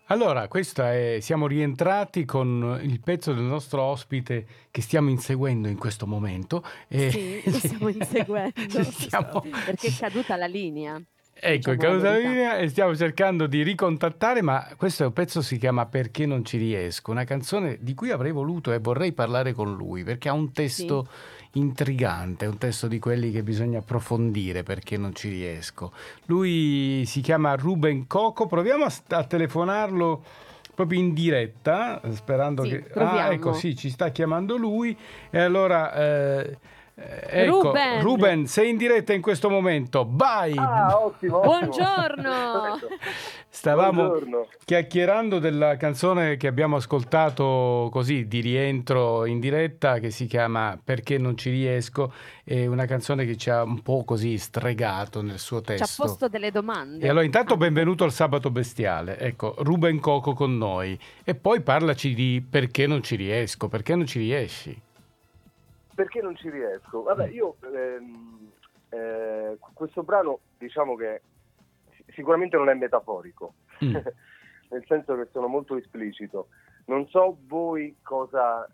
Allora, siamo rientrati con il pezzo del nostro ospite che stiamo inseguendo in questo momento. Sì, lo stiamo inseguendo Stiamo, perché è caduta la linea, ecco, è diciamo la caduta la verità. linea e stiamo cercando di ricontattare, ma questo è un pezzo che si chiama Perché non ci riesco, una canzone di cui avrei voluto e vorrei parlare con lui, perché ha un Sì, testo intrigante, un testo di quelli che bisogna approfondire perché non ci riesco. Lui si chiama Ruben Coco, proviamo a telefonarlo proprio in diretta, sperando sì, che... Ah, ecco, proviamo. sì, ci sta chiamando lui. E allora, ecco, Ruben, Ruben, sei in diretta in questo momento, vai! Ah, ottimo, ottimo. buongiorno. Perfetto. Stavamo Buongiorno. chiacchierando della canzone che abbiamo ascoltato così di rientro in diretta, che si chiama Perché non ci riesco, è una canzone che ci ha un po' così stregato nel suo Ci ha testo. posto delle E domande allora intanto anche. benvenuto al Sabato Bestiale, ecco, Ruben Coco con noi, e poi parlaci di perché non ci riesco, perché non ci riesci. Perché non ci riesco? Vabbè, io questo brano diciamo che sicuramente non è metaforico, Mm. nel senso che sono molto esplicito. Non so voi cosa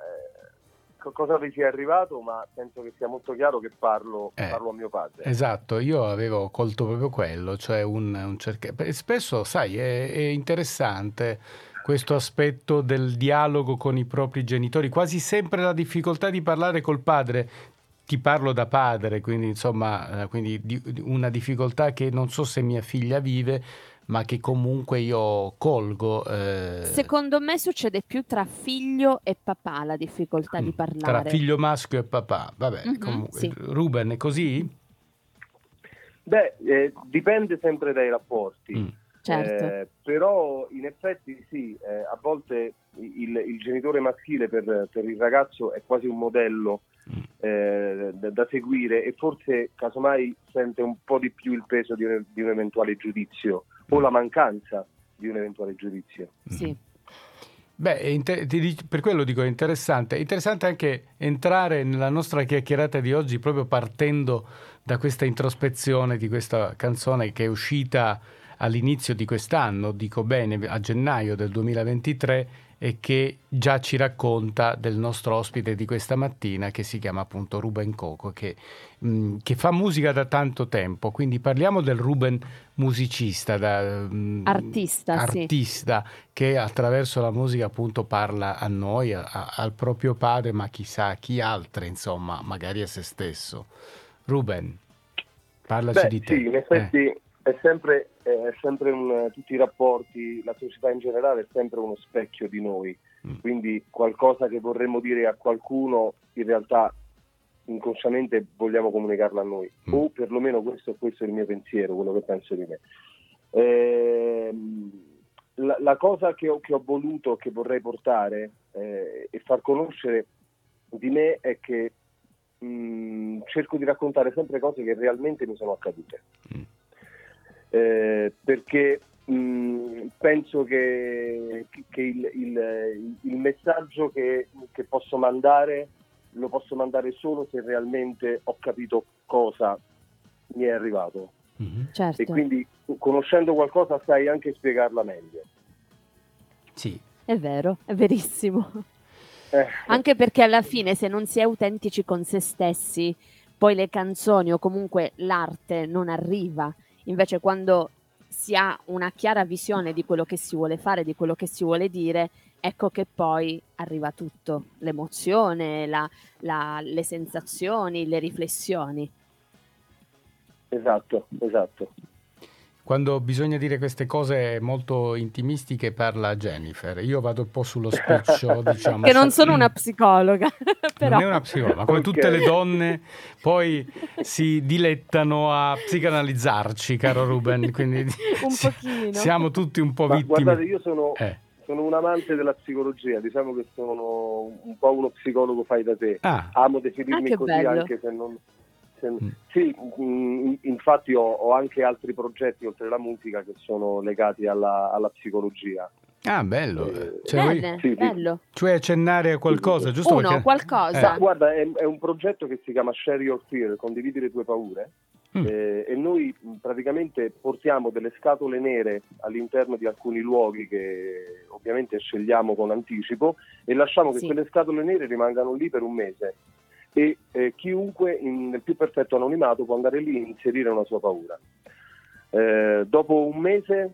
vi sia arrivato, ma penso che sia molto chiaro che parlo a mio padre. Esatto, io avevo colto proprio quello, cioè spesso, sai, è interessante questo aspetto del dialogo con i propri genitori, quasi sempre la difficoltà di parlare col padre. Ti parlo da padre, quindi insomma, quindi di una difficoltà che non so se mia figlia vive, ma che comunque io colgo. Secondo me succede più tra figlio e papà la difficoltà di Tra parlare. figlio maschio e papà. Vabbè, Mhm, comunque, sì. Ruben è così? Beh, dipende sempre dai rapporti. Mm. Certo. Però in effetti sì, a volte il genitore maschile per il ragazzo è quasi un modello da seguire, e forse casomai sente un po' di più il peso di un eventuale giudizio o la mancanza di un eventuale giudizio. Sì. Beh, per quello dico è interessante anche entrare nella nostra chiacchierata di oggi proprio partendo da questa introspezione di questa canzone che è uscita all'inizio di quest'anno, dico bene, a gennaio del 2023, e che già ci racconta del nostro ospite di questa mattina, che si chiama appunto Ruben Coco, che fa musica da tanto tempo. Quindi parliamo del Ruben musicista, Artista, sì. artista, che attraverso la musica appunto parla a noi, al proprio padre, ma chissà a chi altri, insomma, magari a se stesso. Ruben, parlaci Beh, di sì, te. in effetti è sempre tutti i rapporti, la società in generale è sempre uno specchio di noi, quindi qualcosa che vorremmo dire a qualcuno in realtà inconsciamente vogliamo comunicarlo a noi, o perlomeno questo è il mio pensiero, quello che penso di me. La cosa che ho voluto, che vorrei portare e far conoscere di me è che cerco di raccontare sempre cose che realmente mi sono accadute, perché penso che il messaggio che posso mandare lo posso mandare solo se realmente ho capito cosa mi è arrivato. Certo. E quindi conoscendo qualcosa sai anche spiegarla meglio. Sì. È vero, è verissimo. Anche perché alla fine se non si è autentici con se stessi, poi le canzoni o comunque l'arte non arriva. Invece quando si ha una chiara visione di quello che si vuole fare, di quello che si vuole dire, ecco che poi arriva tutto, l'emozione, le sensazioni, le riflessioni. Esatto. Quando bisogna dire queste cose molto intimistiche parla Jennifer. Io vado un po' sullo spiccio, diciamo. Che non sono una psicologa, però. Non è una psicologa, ma come tutte le donne poi si dilettano a psicanalizzarci, caro Ruben, quindi Un pochino. siamo tutti un po' Ma vittime. guardate, io sono un amante della psicologia, diciamo che sono un po' uno psicologo fai da te. Amo definirmi che così, bello. anche se non... Sì, infatti ho anche altri progetti oltre la musica che sono legati alla psicologia. Ah, bello. Bene, bello. Cioè accennare a qualcosa, giusto? Qualcosa. Ma guarda, è un progetto che si chiama Share Your Fear, condividi le tue paure, E noi praticamente portiamo delle scatole nere all'interno di alcuni luoghi che ovviamente scegliamo con anticipo e lasciamo che quelle scatole nere rimangano lì per un mese e chiunque nel più perfetto anonimato può andare lì e inserire una sua paura. Dopo un mese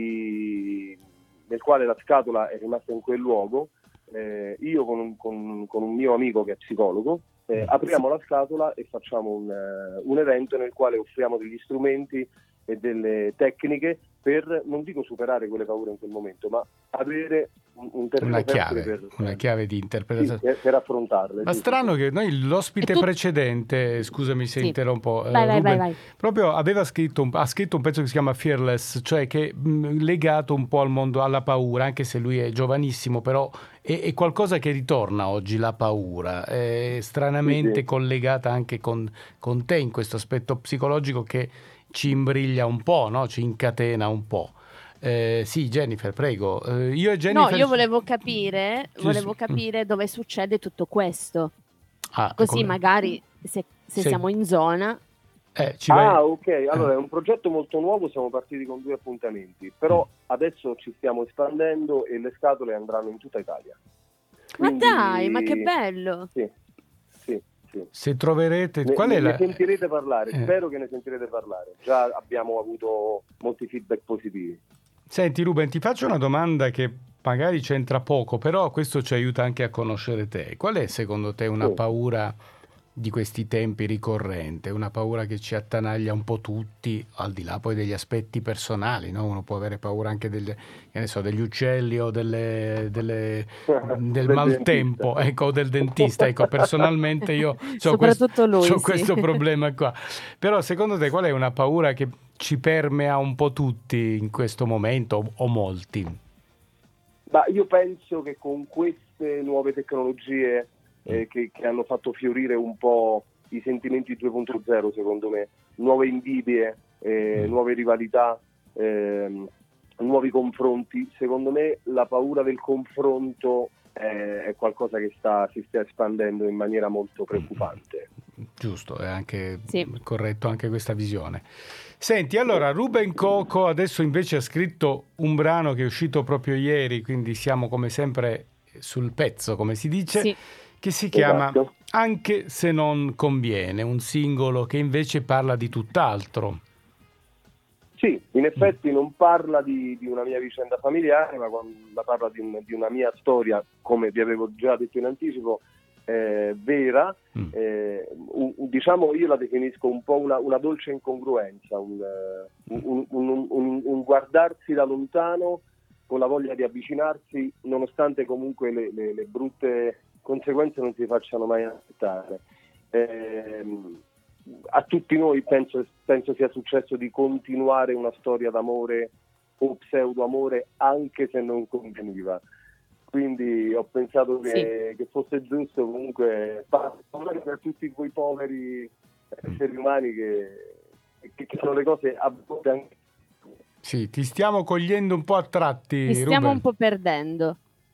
nel quale la scatola è rimasta in quel luogo, io con un mio amico che è psicologo apriamo la scatola e facciamo un evento nel quale offriamo degli strumenti e delle tecniche per, non dico superare quelle paure in quel momento, ma avere una chiave di interpretazione per affrontarle. Ma strano che noi l'ospite precedente, scusami se interrompo, vai. proprio ha scritto un pezzo che si chiama Fearless, cioè che legato un po' al mondo, alla paura, anche se lui è giovanissimo, però è qualcosa che ritorna oggi, la paura, è stranamente collegata anche con te in questo aspetto psicologico che ci imbriglia un po', no? Ci incatena un po'. Sì, Jennifer, prego. Io volevo capire dove succede tutto questo. Così magari se siamo in zona. Ok, allora è un progetto molto nuovo, siamo partiti con 2 appuntamenti, però adesso ci stiamo espandendo e le scatole andranno in tutta Italia. Quindi, ma dai, ma che bello! Sì. Se troverete... Ne sentirete parlare, spero che ne sentirete parlare. Già abbiamo avuto molti feedback positivi. Senti Ruben, ti faccio una domanda che magari c'entra poco, però questo ci aiuta anche a conoscere te. Qual è secondo te una paura di questi tempi ricorrente, una paura che ci attanaglia un po' tutti, al di là poi degli aspetti personali, no? Uno può avere paura anche degli uccelli o del maltempo, ecco, o del dentista. Ecco, personalmente io ho questo problema qua. Però secondo te qual è una paura che ci permea un po' tutti in questo momento o molti? Ma io penso che con queste nuove tecnologie che hanno fatto fiorire un po' i sentimenti 2.0, secondo me, nuove invidie, nuove rivalità, nuovi confronti, secondo me la paura del confronto è qualcosa che si sta espandendo in maniera molto preoccupante. Giusto, è anche corretto anche questa visione. Senti, allora Ruben Coco adesso invece ha scritto un brano che è uscito proprio ieri, quindi siamo come sempre sul pezzo, come si dice, che si chiama Anche se non conviene, un singolo che invece parla di tutt'altro. Sì, in effetti non parla di una mia vicenda familiare, ma parla di una mia storia, come vi avevo già detto in anticipo, vera. Diciamo, io la definisco un po' una dolce incongruenza, un guardarsi da lontano con la voglia di avvicinarsi, nonostante comunque le brutte conseguenze non si facciano mai aspettare. A tutti noi penso sia successo di continuare una storia d'amore o pseudo amore anche se non conveniva, quindi ho pensato che fosse giusto comunque parlare per tutti quei poveri esseri umani che sono le cose a volte anche... Sì, ti stiamo cogliendo un po' a tratti, ti stiamo Ruben. Un po' perdendo.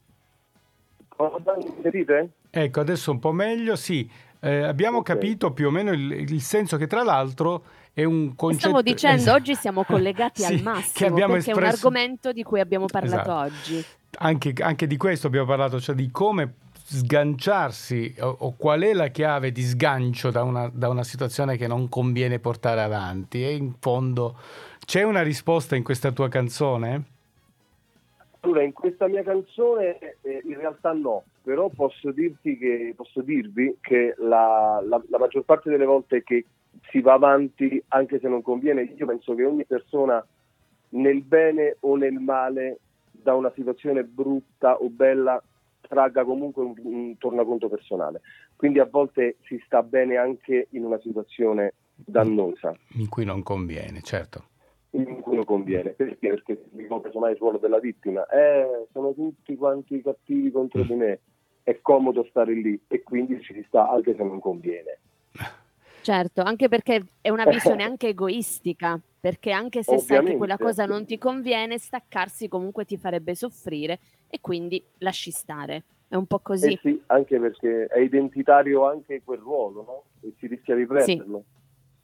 Sentite? Ecco, adesso un po' meglio, sì. Abbiamo capito più o meno il senso, che tra l'altro è un concetto... Stavo dicendo, oggi siamo collegati al massimo, perché è un argomento di cui abbiamo parlato oggi. Anche di questo abbiamo parlato, cioè di come sganciarsi o qual è la chiave di sgancio da una situazione che non conviene portare avanti. E in fondo c'è una risposta in questa tua canzone? Allora, in questa mia canzone in realtà no, però posso dirvi che la maggior parte delle volte che si va avanti, anche se non conviene, io penso che ogni persona, nel bene o nel male, da una situazione brutta o bella, tragga comunque un tornaconto personale. Quindi a volte si sta bene anche in una situazione dannosa. In cui non conviene, certo. In cui non conviene, perché ho preso mai il ruolo della vittima, sono tutti quanti cattivi contro di me, è comodo stare lì e quindi ci sta anche se non conviene. Certo, anche perché è una visione anche egoistica, perché anche se sai che quella cosa non ti conviene, staccarsi comunque ti farebbe soffrire e quindi lasci stare, è un po' così. Sì, anche perché è identitario anche quel ruolo, no? E si rischia di perderlo.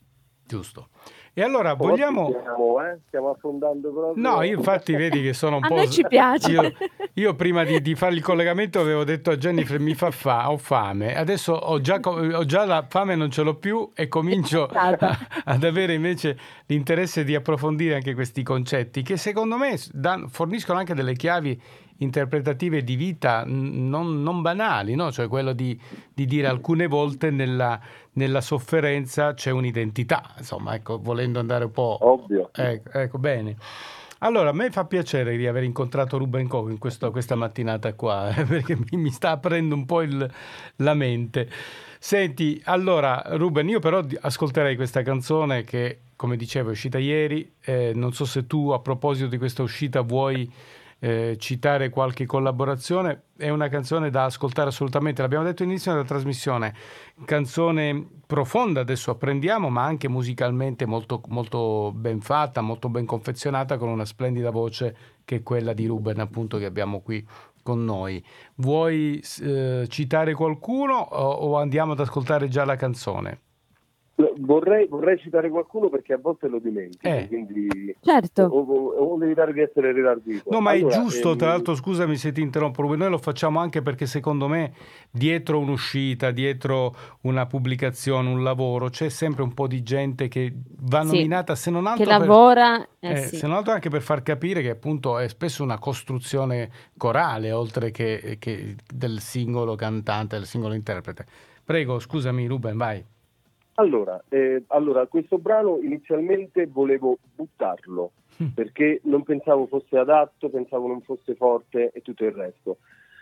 Giusto. E allora vogliamo... Stiamo affondando proprio. No, io infatti vedi che sono un po'... A noi ci piace. Io prima di fare il collegamento avevo detto a Jennifer ho fame, adesso ho già la fame, non ce l'ho più e comincio ad avere invece l'interesse di approfondire anche questi concetti che secondo me forniscono anche delle chiavi interpretative di vita non banali, no? Cioè quello di dire alcune volte nella sofferenza c'è un'identità, insomma, ecco, volendo andare un po'... Ovvio. Ecco, bene. Allora, a me fa piacere di aver incontrato Ruben Coco in questa mattinata qua, perché mi sta aprendo un po' la mente. Senti, allora, Ruben, io però ascolterei questa canzone che, come dicevo, è uscita ieri. Non so se tu, a proposito di questa uscita, vuoi citare qualche collaborazione. È una canzone da ascoltare assolutamente, l'abbiamo detto all'inizio della trasmissione, canzone profonda, adesso apprendiamo, ma anche musicalmente molto, molto ben fatta, molto ben confezionata, con una splendida voce che è quella di Ruben, appunto, che abbiamo qui con noi. Vuoi citare qualcuno o andiamo ad ascoltare già la canzone? Vorrei citare qualcuno perché a volte lo dimentico, quindi certo. o evitare di essere ridarguito. No, ma allora, è giusto, tra l'altro, scusami se ti interrompo, noi lo facciamo anche perché secondo me dietro un'uscita, dietro una pubblicazione, un lavoro, c'è sempre un po' di gente che va nominata, se non altro che lavora, se non altro anche per far capire che appunto è spesso una costruzione corale, oltre che del singolo cantante, del singolo interprete. Prego, scusami Ruben, vai. Allora, questo brano inizialmente volevo buttarlo perché non pensavo fosse adatto, pensavo non fosse forte e tutto il resto.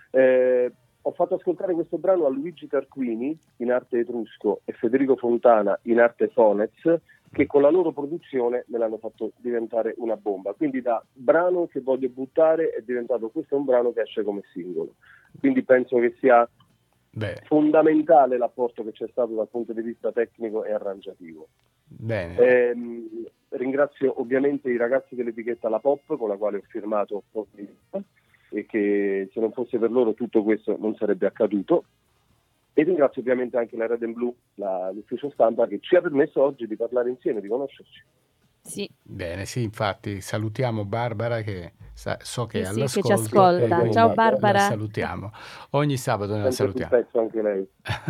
Ho fatto ascoltare questo brano a Luigi Tarquini in arte Etrusco e Federico Fontana in arte Fonez, che con la loro produzione me l'hanno fatto diventare una bomba. Quindi da brano che voglio buttare è diventato questo un brano che esce come singolo. Quindi penso che sia fondamentale l'apporto che c'è stato dal punto di vista tecnico e arrangiativo. Bene. Ringrazio ovviamente i ragazzi dell'etichetta La Pop, con la quale ho firmato e che se non fosse per loro tutto questo non sarebbe accaduto, e ringrazio ovviamente anche la Red and Blue, l'ufficio stampa, che ci ha permesso oggi di parlare insieme, di conoscerci. Sì. Bene, sì, infatti salutiamo Barbara che so che è all'ascolto, che ci ascolta. Ciao Barbara. La salutiamo. Ogni sabato la salutiamo. Pezzo anche lei.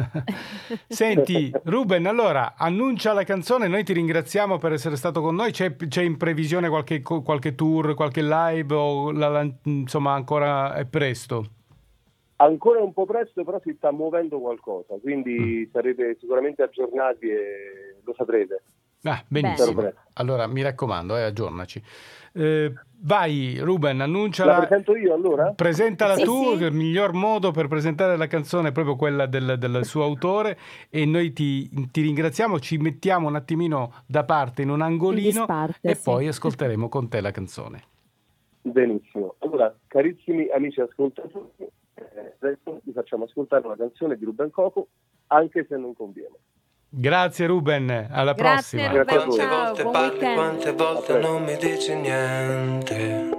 Senti Ruben, allora annuncia la canzone, noi ti ringraziamo per essere stato con noi. C'è in previsione qualche tour, qualche live o insomma ancora è presto? Ancora un po' presto, però si sta muovendo qualcosa, quindi sarete sicuramente aggiornati e lo saprete. Benissimo. Allora mi raccomando, aggiornaci. Vai Ruben, annunciala. La presento io allora? Presentala tu, sì. Il miglior modo per presentare la canzone è proprio quella del suo autore, e noi ti ringraziamo, ci mettiamo un attimino da parte in un angolino e poi ascolteremo con te la canzone. Benissimo. Allora, carissimi amici ascoltatori, adesso vi facciamo ascoltare una canzone di Ruben Coco, anche se non conviene. Grazie Ruben, alla prossima. Ruben, quante volte parli, quante volte non mi dici niente.